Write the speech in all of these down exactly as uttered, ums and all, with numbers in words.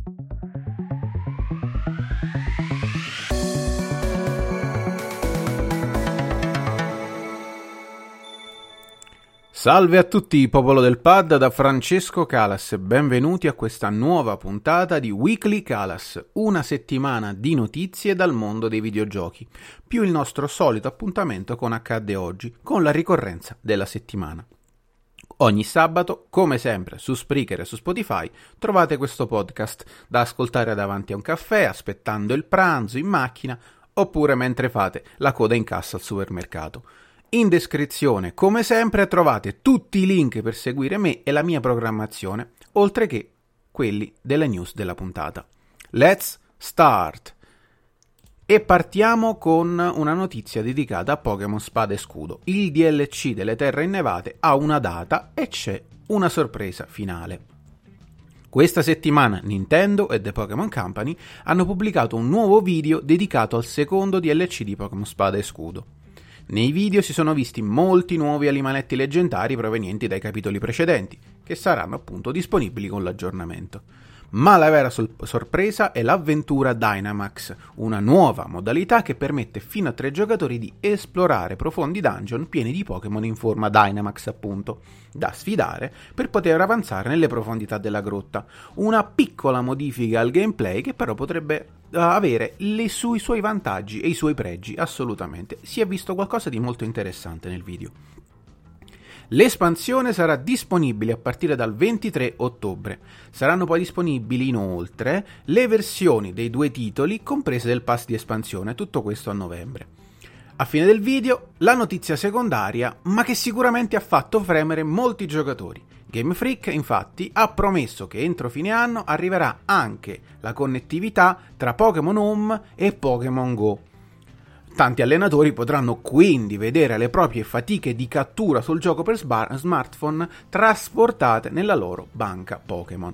Salve a tutti, popolo del Pad, da Francesco Calas, benvenuti a questa nuova puntata di Weekly Calas, una settimana di notizie dal mondo dei videogiochi, più il nostro solito appuntamento con Accadde Oggi, con la ricorrenza della settimana. Ogni sabato, come sempre, su Spreaker e su Spotify, trovate questo podcast da ascoltare davanti a un caffè, aspettando il pranzo, in macchina, oppure mentre fate la coda in cassa al supermercato. In descrizione, come sempre, trovate tutti i link per seguire me e la mia programmazione, oltre che quelli delle news della puntata. Let's start! E partiamo con una notizia dedicata a Pokémon Spada e Scudo. Il D L C delle Terre Innevate ha una data e c'è una sorpresa finale. Questa settimana Nintendo e The Pokémon Company hanno pubblicato un nuovo video dedicato al secondo D L C di Pokémon Spada e Scudo. Nei video si sono visti molti nuovi animaletti leggendari provenienti dai capitoli precedenti, che saranno appunto disponibili con l'aggiornamento. Ma la vera sol- sorpresa è l'avventura Dynamax, una nuova modalità che permette fino a tre giocatori di esplorare profondi dungeon pieni di Pokémon in forma Dynamax appunto, da sfidare per poter avanzare nelle profondità della grotta. Una piccola modifica al gameplay che però potrebbe uh, avere le su- i suoi vantaggi e i suoi pregi, assolutamente. Si è visto qualcosa di molto interessante nel video. L'espansione sarà disponibile a partire dal ventitré ottobre. Saranno poi disponibili inoltre le versioni dei due titoli comprese del pass di espansione, tutto questo a novembre. A fine del video, la notizia secondaria, ma che sicuramente ha fatto fremere molti giocatori. Game Freak, infatti, ha promesso che entro fine anno arriverà anche la connettività tra Pokémon Home e Pokémon Go. Tanti allenatori potranno quindi vedere le proprie fatiche di cattura sul gioco per smartphone trasportate nella loro banca Pokémon.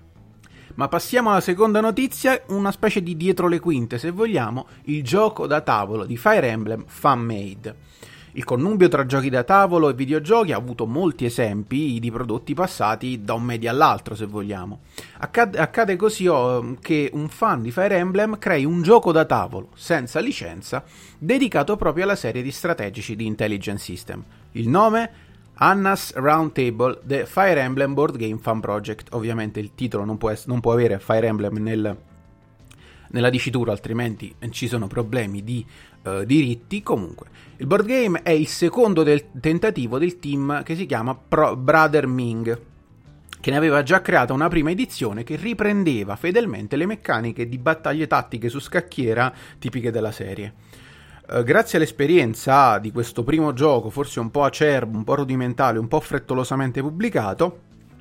Ma passiamo alla seconda notizia, una specie di dietro le quinte, se vogliamo, il gioco da tavolo di Fire Emblem Fan-Made. Il connubio tra giochi da tavolo e videogiochi ha avuto molti esempi di prodotti passati da un media all'altro, se vogliamo. Accade, accade così oh, che un fan di Fire Emblem crei un gioco da tavolo, senza licenza, dedicato proprio alla serie di strategici di Intelligent System. Il nome? Anna's Round Table, The Fire Emblem Board Game Fan Project. Ovviamente il titolo non può, ess- non può avere Fire Emblem nel... nella dicitura, altrimenti ci sono problemi di uh, diritti. Comunque, il board game è il secondo del tentativo del team che si chiama Pro- Brother Ming, che ne aveva già creata una prima edizione che riprendeva fedelmente le meccaniche di battaglie tattiche su scacchiera tipiche della serie. Uh, grazie all'esperienza di questo primo gioco, forse un po' acerbo, un po' rudimentale, un po' frettolosamente pubblicato,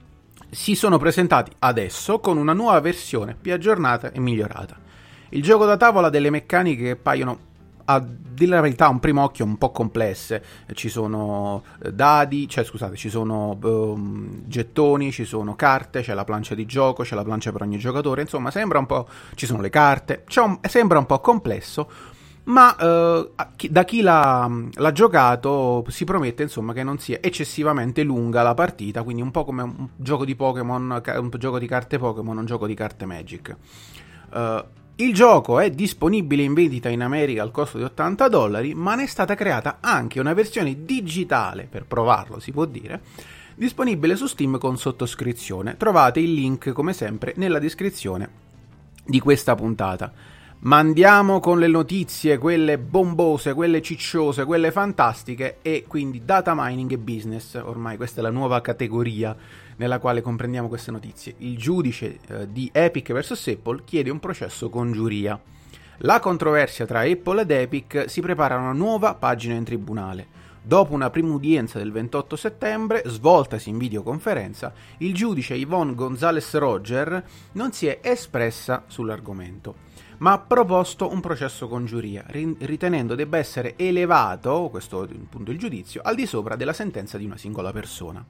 si sono presentati adesso con una nuova versione più aggiornata e migliorata. Il gioco da tavola ha delle meccaniche che paiono, a dire la verità, a un primo occhio un po' complesse. Ci sono dadi, cioè scusate, ci sono um, gettoni, ci sono carte, c'è la plancia di gioco, c'è la plancia per ogni giocatore, insomma sembra un po', ci sono le carte, c'è un, sembra un po' complesso, ma uh, da chi l'ha, l'ha giocato si promette insomma che non sia eccessivamente lunga la partita, quindi un po' come un gioco di Pokémon, un gioco di carte Pokémon, un gioco di carte Magic. Uh, Il gioco è disponibile in vendita in America al costo di ottanta dollari, ma ne è stata creata anche una versione digitale, per provarlo si può dire, disponibile su Steam con sottoscrizione. Trovate il link come sempre nella descrizione di questa puntata. Ma andiamo con le notizie, quelle bombose, quelle cicciose, quelle fantastiche, e quindi data mining e business. Ormai questa è la nuova categoria nella quale comprendiamo queste notizie. Il giudice eh, di Epic versus Apple chiede un processo con giuria. La controversia tra Apple ed Epic si prepara una nuova pagina in tribunale. Dopo una prima udienza del ventotto settembre, svoltasi in videoconferenza, il giudice Yvonne Gonzalez Roger non si è espressa sull'argomento, ma ha proposto un processo con giuria, ritenendo debba essere elevato, questo è appunto il giudizio, al di sopra della sentenza di una singola persona.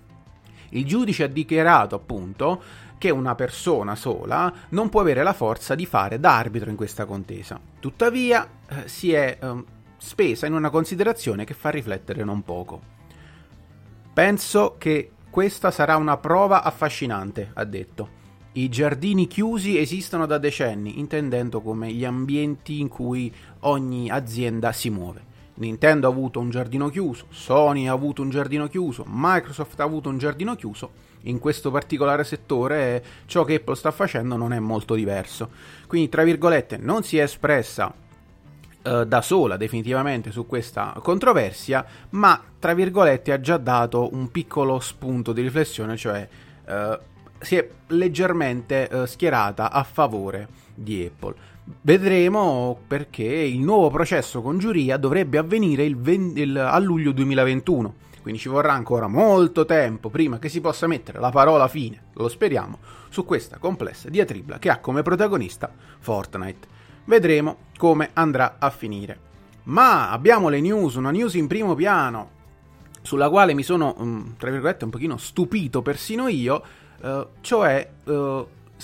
Il giudice ha dichiarato appunto che una persona sola non può avere la forza di fare da arbitro in questa contesa. Tuttavia eh, si è eh, spesa in una considerazione che fa riflettere non poco. Penso che questa sarà una prova affascinante, ha detto. I giardini chiusi esistono da decenni, intendendo come gli ambienti in cui ogni azienda si muove. Nintendo ha avuto un giardino chiuso, Sony ha avuto un giardino chiuso, Microsoft ha avuto un giardino chiuso. In questo particolare settore ciò che Apple sta facendo non è molto diverso. Quindi, tra virgolette, non si è espressa eh, da sola definitivamente su questa controversia, ma tra virgolette ha già dato un piccolo spunto di riflessione, cioè eh, si è leggermente eh, schierata a favore di Apple. Vedremo, perché il nuovo processo con giuria dovrebbe avvenire il venti, il, a luglio duemilaventuno, quindi ci vorrà ancora molto tempo prima che si possa mettere la parola fine, lo speriamo, su questa complessa diatriba che ha come protagonista Fortnite. Vedremo come andrà a finire. Ma abbiamo le news, una news in primo piano, sulla quale mi sono, tra virgolette, un pochino stupito persino io, eh, cioè... Eh,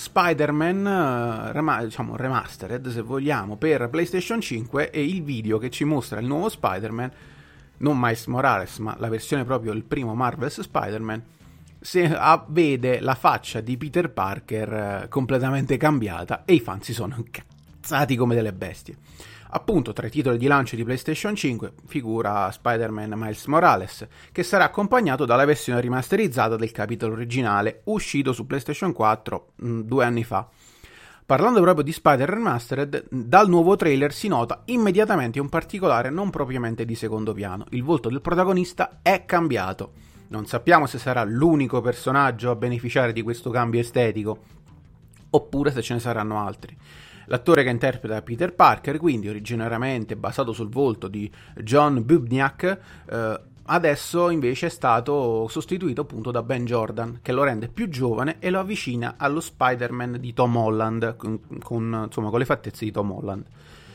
Spider-Man, rema- diciamo remastered se vogliamo, per PlayStation cinque, e il video che ci mostra il nuovo Spider-Man, non Miles Morales ma la versione proprio, il primo Marvel's Spider-Man, se ah, vede la faccia di Peter Parker eh, completamente cambiata, e i fan si sono incazzati come delle bestie. Appunto, tra i titoli di lancio di PlayStation cinque figura Spider-Man Miles Morales, che sarà accompagnato dalla versione rimasterizzata del capitolo originale, uscito su PlayStation quattro mh, due anni fa. Parlando proprio di Spider Remastered, dal nuovo trailer si nota immediatamente un particolare non propriamente di secondo piano. Il volto del protagonista è cambiato. Non sappiamo se sarà l'unico personaggio a beneficiare di questo cambio estetico, oppure se ce ne saranno altri. L'attore che interpreta Peter Parker, quindi originariamente basato sul volto di John Bubniak, eh, adesso invece è stato sostituito appunto da Ben Jordan, che lo rende più giovane e lo avvicina allo Spider-Man di Tom Holland, con, con, insomma, con le fattezze di Tom Holland.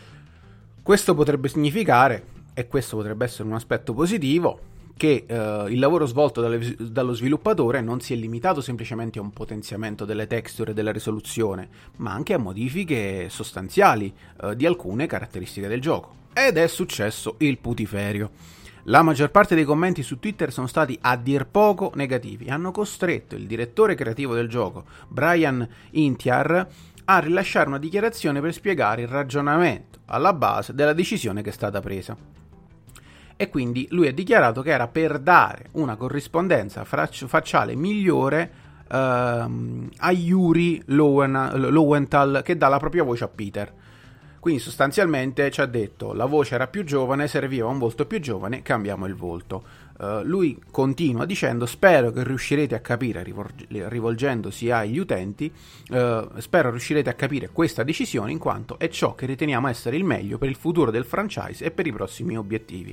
Questo potrebbe significare, e questo potrebbe essere un aspetto positivo, che eh, il lavoro svolto dalle, dallo sviluppatore non si è limitato semplicemente a un potenziamento delle texture e della risoluzione, ma anche a modifiche sostanziali eh, di alcune caratteristiche del gioco. Ed è successo il putiferio. La maggior parte dei commenti su Twitter sono stati a dir poco negativi e hanno costretto il direttore creativo del gioco, Brian Intiar, a rilasciare una dichiarazione per spiegare il ragionamento alla base della decisione che è stata presa. E quindi lui ha dichiarato che era per dare una corrispondenza facciale migliore ehm, a Yuri Lowen- Lowenthal, che dà la propria voce a Peter. Quindi sostanzialmente ci ha detto: la voce era più giovane, serviva un volto più giovane, cambiamo il volto. Uh, lui continua dicendo: spero che riuscirete a capire, rivolgendosi agli utenti, uh, spero riuscirete a capire questa decisione, in quanto è ciò che riteniamo essere il meglio per il futuro del franchise e per i prossimi obiettivi.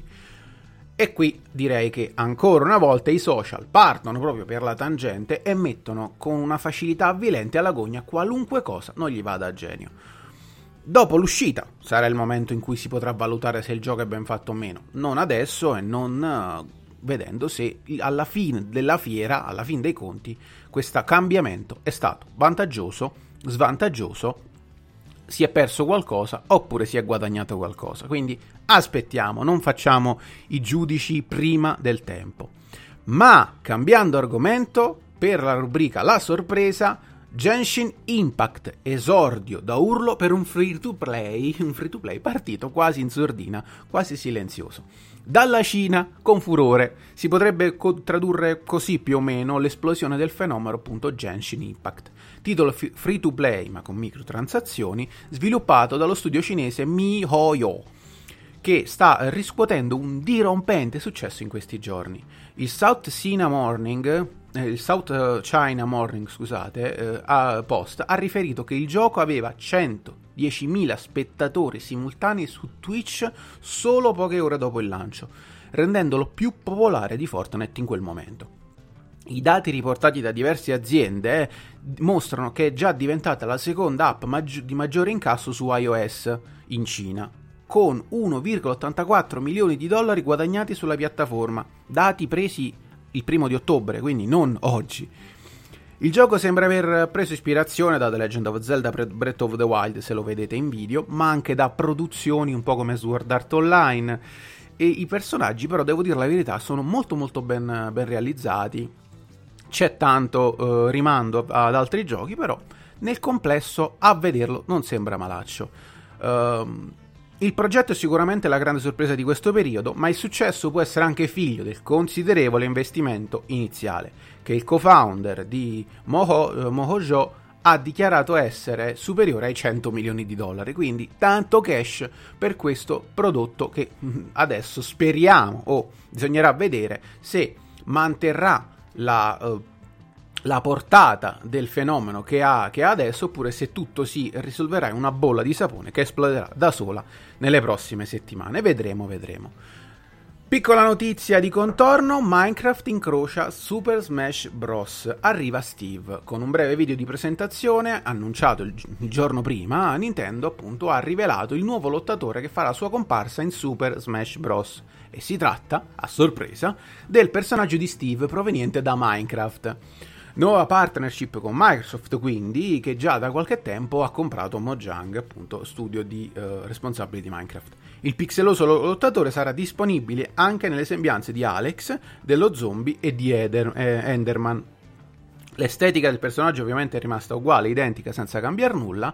E qui direi che ancora una volta i social partono proprio per la tangente e mettono con una facilità avvilente alla gogna qualunque cosa non gli vada a genio. Dopo l'uscita sarà il momento in cui si potrà valutare se il gioco è ben fatto o meno, non adesso, e non uh, vedendo se alla fine della fiera, alla fine dei conti, questo cambiamento è stato vantaggioso, svantaggioso, si è perso qualcosa oppure si è guadagnato qualcosa. Quindi aspettiamo, non facciamo i giudici prima del tempo. Ma cambiando argomento, per la rubrica La sorpresa, Genshin Impact, esordio da urlo per un free to play, un free to play partito quasi in sordina, quasi silenzioso. Dalla Cina con furore, si potrebbe co- tradurre così più o meno l'esplosione del fenomeno appunto Genshin Impact. Titolo f- free to play ma con microtransazioni, sviluppato dallo studio cinese MiHoYo, che sta riscuotendo un dirompente successo in questi giorni. Il South China Morning, eh, il South China Morning, scusate, eh, a Post ha riferito che il gioco aveva centodiecimila spettatori simultanei su Twitch solo poche ore dopo il lancio, rendendolo più popolare di Fortnite in quel momento. I dati riportati da diverse aziende eh, mostrano che è già diventata la seconda app maggi- di maggiore incasso su iOS in Cina, con uno virgola ottantaquattro milioni di dollari guadagnati sulla piattaforma, dati presi il primo di ottobre, quindi non oggi. Il gioco sembra aver preso ispirazione da The Legend of Zelda Breath of the Wild, se lo vedete in video, ma anche da produzioni un po' come Sword Art Online, e i personaggi, però devo dire la verità, sono molto molto ben, ben realizzati, c'è tanto eh, rimando ad altri giochi, però nel complesso a vederlo non sembra malaccio. Uh, il progetto è sicuramente la grande sorpresa di questo periodo, ma il successo può essere anche figlio del considerevole investimento iniziale, che il co-founder di Moho, uh, Mohojo ha dichiarato essere superiore ai cento milioni di dollari, quindi tanto cash per questo prodotto che adesso speriamo, o bisognerà vedere se manterrà la... Uh, la portata del fenomeno che ha, che ha adesso, oppure se tutto si risolverà in una bolla di sapone che esploderà da sola nelle prossime settimane. Vedremo, vedremo. Piccola notizia di contorno: Minecraft incrocia Super Smash Bros. Arriva Steve. Con un breve video di presentazione annunciato il, gi- il giorno prima, Nintendo appunto ha rivelato il nuovo lottatore che farà la sua comparsa in Super Smash Bros. E si tratta, a sorpresa, del personaggio di Steve proveniente da Minecraft. Nuova partnership con Microsoft, quindi, che già da qualche tempo ha comprato Mojang, appunto studio di eh, responsabili di Minecraft. Il pixeloso lottatore sarà disponibile anche nelle sembianze di Alex, dello zombie e di Eder, eh, Enderman. L'estetica del personaggio ovviamente è rimasta uguale, identica, senza cambiare nulla,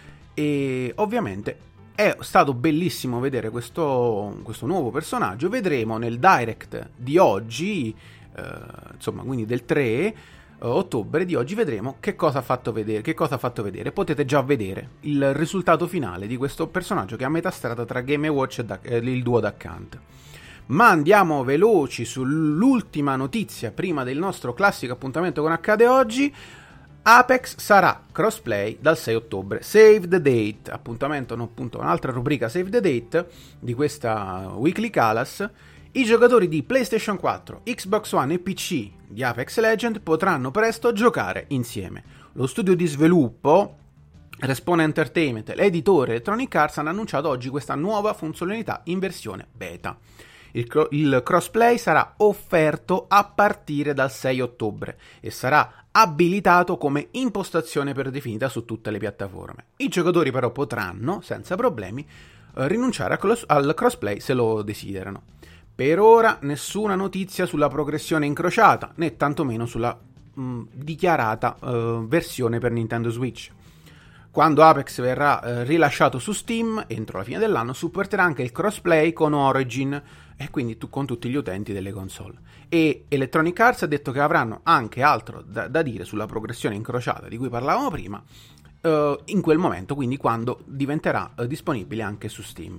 e ovviamente è stato bellissimo vedere questo, questo nuovo personaggio. Vedremo nel direct di oggi, eh, insomma, quindi del tre ottobre di oggi, vedremo che cosa ha fatto vedere, che cosa ha fatto vedere. Potete già vedere il risultato finale di questo personaggio che è a metà strada tra Game and Watch e da, eh, il duo Duck Hunt. Ma andiamo veloci sull'ultima notizia prima del nostro classico appuntamento con Accade Oggi. Apex sarà crossplay dal sei ottobre. Save the date, appuntamento, no, appunto, un'altra rubrica Save the date di questa Weekly Calas. I giocatori di PlayStation quattro, Xbox One e P C di Apex Legends potranno presto giocare insieme. Lo studio di sviluppo Respawn Entertainment e l'editore Electronic Arts hanno annunciato oggi questa nuova funzionalità in versione beta. Il, cro- il crossplay sarà offerto a partire dal sei ottobre e sarà abilitato come impostazione predefinita su tutte le piattaforme. I giocatori però potranno, senza problemi, eh, rinunciare a clos- al crossplay se lo desiderano. Per ora nessuna notizia sulla progressione incrociata, né tantomeno sulla mh, dichiarata uh, versione per Nintendo Switch. Quando Apex verrà uh, rilasciato su Steam, entro la fine dell'anno, supporterà anche il crossplay con Origin, e quindi tu, con tutti gli utenti delle console. E Electronic Arts ha detto che avranno anche altro da, da dire sulla progressione incrociata di cui parlavamo prima, uh, in quel momento, quindi quando diventerà uh, disponibile anche su Steam.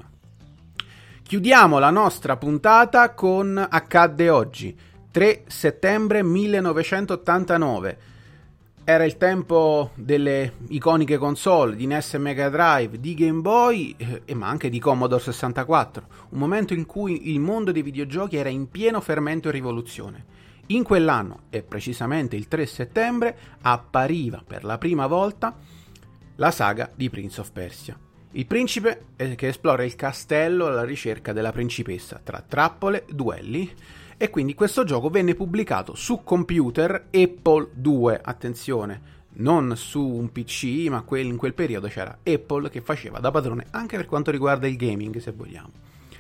Chiudiamo la nostra puntata con Accadde Oggi, tre settembre millenovecentottantanove. Era il tempo delle iconiche console di N E S e Mega Drive, di Game Boy, eh, ma anche di Commodore sessantaquattro, un momento in cui il mondo dei videogiochi era in pieno fermento e rivoluzione. In quell'anno, e precisamente il tre settembre, appariva per la prima volta la saga di Prince of Persia. Il principe che esplora il castello alla ricerca della principessa tra trappole, duelli, e quindi questo gioco venne pubblicato su computer Apple due, attenzione, non su un P C, ma in quel periodo c'era Apple che faceva da padrone anche per quanto riguarda il gaming, se vogliamo.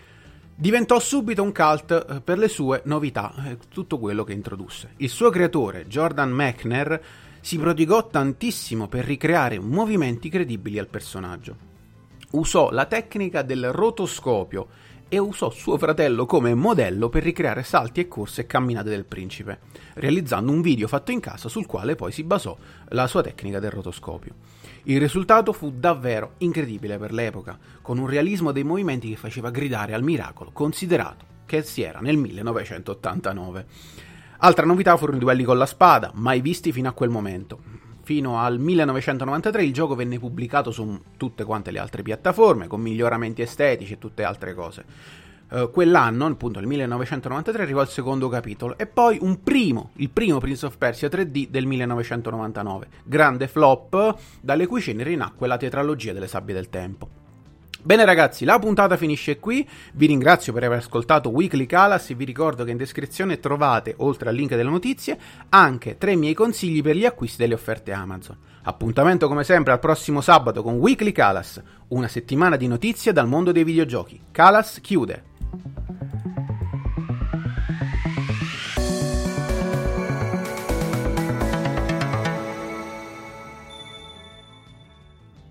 Diventò subito un cult per le sue novità, tutto quello che introdusse. Il suo creatore, Jordan Mechner, si prodigò tantissimo per ricreare movimenti credibili al personaggio. Usò la tecnica del rotoscopio e usò suo fratello come modello per ricreare salti e corse e camminate del principe, realizzando un video fatto in casa sul quale poi si basò la sua tecnica del rotoscopio. Il risultato fu davvero incredibile per l'epoca, con un realismo dei movimenti che faceva gridare al miracolo, considerato che si era nel millenovecentottantanove. Altra novità furono i duelli con la spada, mai visti fino a quel momento. Fino al millenovecentonovantatré il gioco venne pubblicato su tutte quante le altre piattaforme, con miglioramenti estetici e tutte altre cose. Uh, quell'anno, appunto nel millenovecentonovantatré, arrivò il secondo capitolo, e poi un primo, il primo Prince of Persia tre D del millenovecentonovantanove. Grande flop, dalle cui ceneri rinacque la tetralogia delle Sabbie del Tempo. Bene ragazzi, la puntata finisce qui, vi ringrazio per aver ascoltato Weekly Calas e vi ricordo che in descrizione trovate, oltre al link delle notizie, anche tre miei consigli per gli acquisti delle offerte Amazon. Appuntamento come sempre al prossimo sabato con Weekly Calas, una settimana di notizie dal mondo dei videogiochi. Calas chiude.